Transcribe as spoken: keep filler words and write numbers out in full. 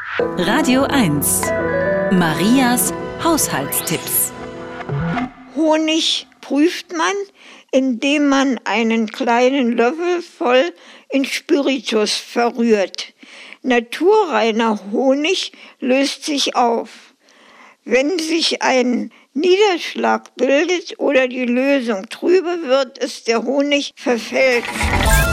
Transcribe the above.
Radio eins. Marias Haushaltstipps. Honig prüft man, indem man einen kleinen Löffel voll in Spiritus verrührt. Naturreiner Honig löst sich auf. Wenn sich ein Niederschlag bildet oder die Lösung trübe wird, ist der Honig verfälscht.